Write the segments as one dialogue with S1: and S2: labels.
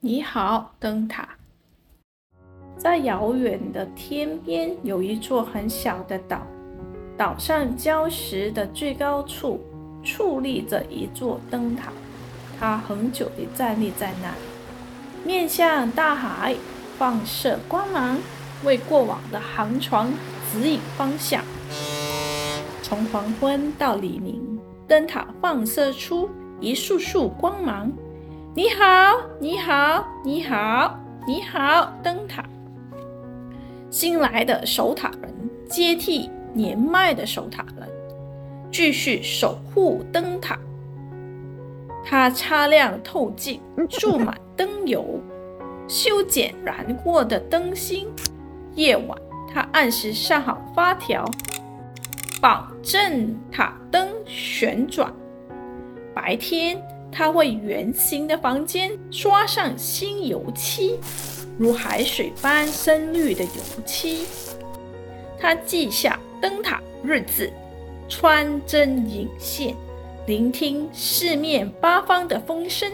S1: 你好，灯塔。在遥远的天边有一座很小的岛，岛上礁石的最高处矗立着一座灯塔，它恒久地站立在那里，面向大海，放射光芒，为过往的航船指引方向。从黄昏到黎明，灯塔放射出一束束光芒。你好，你好，你好，你好，灯塔。新来的守塔人接替年迈的守塔人，继续守护灯塔。他擦亮透镜，注满灯油，修剪燃过的灯芯。夜晚，他按时上好发条，保证塔灯旋转。白天，他为圆形的房间刷上新油漆，如海水般深绿的油漆。他记下灯塔日志，穿针引线，聆听四面八方的风声。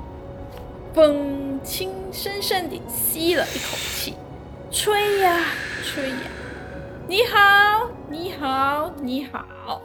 S1: 风轻深深地吸了一口气，吹呀吹呀，你好，你好，你好。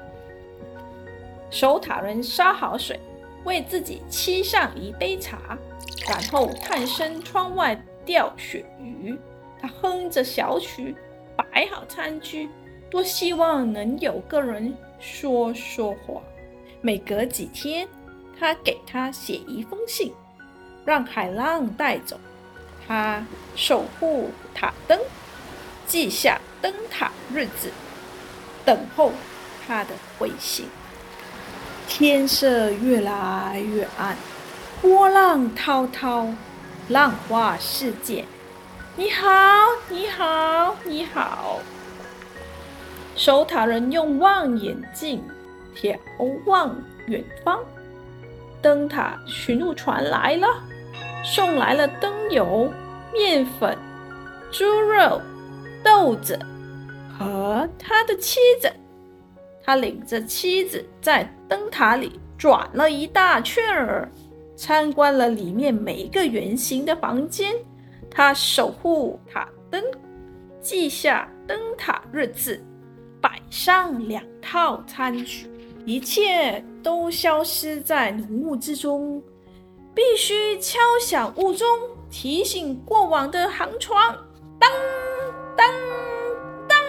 S1: 守塔人烧好水，为自己沏上一杯茶，然后探身窗外钓鳕鱼。他哼着小曲，摆好餐具，多希望能有个人说说话。每隔几天，他给他写一封信，让海浪带走。他守护塔灯，记下灯塔日子，等候他的回信。天色越来越暗，波浪滔滔，浪花四溅。你好，你好，你好。守塔人用望远镜眺望远方，灯塔巡路船来了，送来了灯油、面粉、猪肉、豆子和他的妻子。他领着妻子在灯塔里转了一大圈儿，参观了里面每一个圆形的房间。他守护塔灯，记下灯塔日志，摆上2套餐具，一切都消失在浓雾之中。必须敲响雾钟，提醒过往的航船。当当当！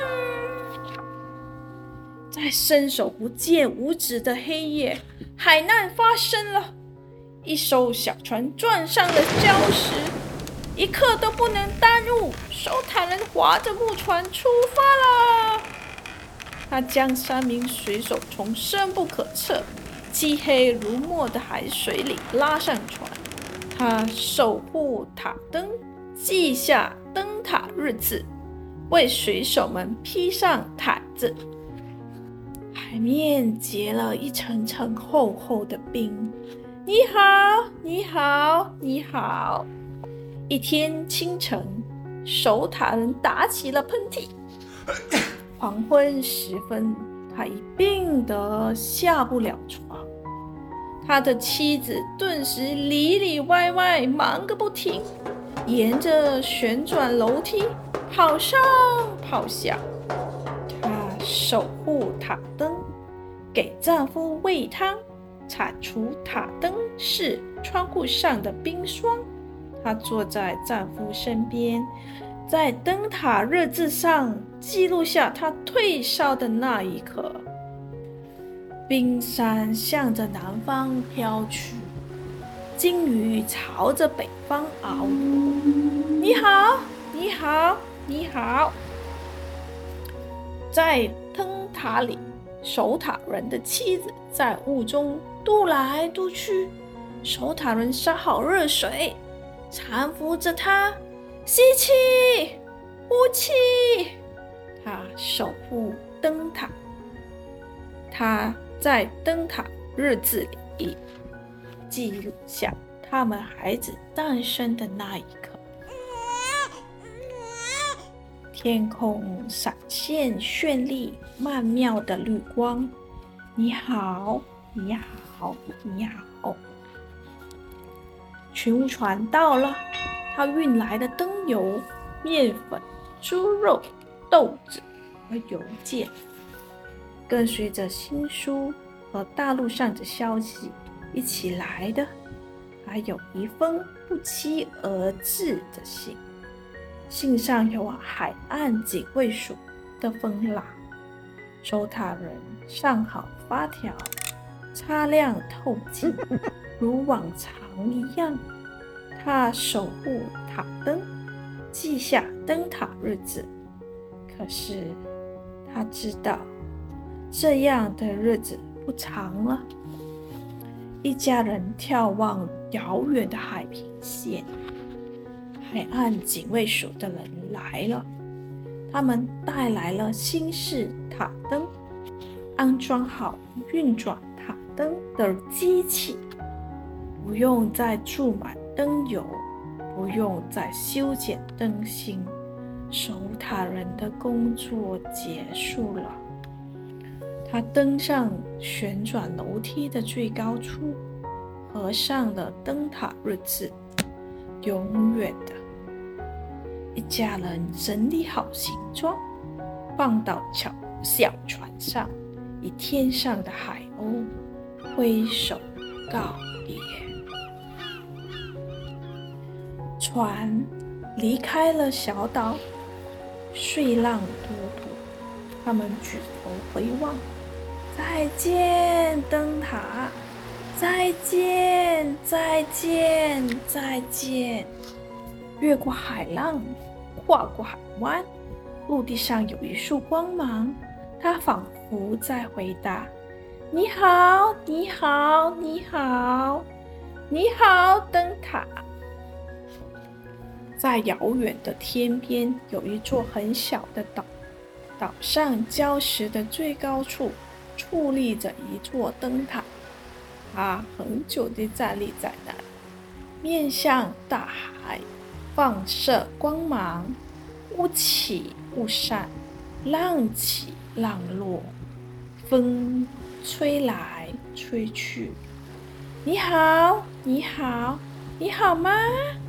S1: 在伸手不见五指的黑夜，海难发生了。一艘小船撞上了礁石，一刻都不能耽误。守塔人划着木船出发了。他将3名水手从深不可测、漆黑如墨的海水里拉上船。他守护塔灯，记下灯塔日志，为水手们披上毯子。海面结了一层层厚厚的冰。你好，你好，你好。一天清晨，守塔人打起了喷嚏。黄昏时分，他已病得下不了床。他的妻子顿时里里外外忙个不停，沿着旋转楼梯跑上跑下。她守护塔灯，给丈夫喂汤，铲除塔灯是窗户上的冰霜。她坐在丈夫身边，在灯塔日志上记录下她退烧的那一刻。冰山向着南方飘去，鲸鱼朝着北方遨游。你好，你好，你好。在灯塔里，守塔人的妻子在雾中踱来踱去。守塔人烧好热水，搀扶着她，吸气，呼气。他守护灯塔。他在灯塔日志里记录下他们孩子诞生的那一刻。天空闪现绚丽曼妙的绿光。你好，你好，你好。 群务船到了，他运来的灯油、面粉、猪肉、豆子和邮件，跟随着新书和大陆上的消息一起来的，还有一封不期而至的信。信上有海岸警卫署的封栏，守塔人上好发条，擦亮透镜，如往常一样，他守护塔灯，记下灯塔日子。可是他知道这样的日子不长了。一家人眺望遥远的海平线，海岸警卫署的人来了，他们带来了新式塔灯，安装好运转塔灯的机器，不用再注满灯油，不用再修剪灯芯，守塔人的工作结束了。他登上旋转楼梯的最高处，合上了灯塔日志，永远的。一家人整理好行装，放到小船上，与天上的海鸥挥手告别。船离开了小岛，碎浪多土，他们举头回望，再见灯塔，再见，再见，再见。越过海浪，跨过海湾，陆地上有一束光芒，它仿佛在回答：你好，你好，你好，你好，灯塔。在遥远的天边，有一座很小的岛，岛上礁石的最高处矗立着一座灯塔，它很久地站立在那里，面向大海，放射光芒，雾起雾散，浪起浪落，风吹来吹去。你好，你好，你好吗？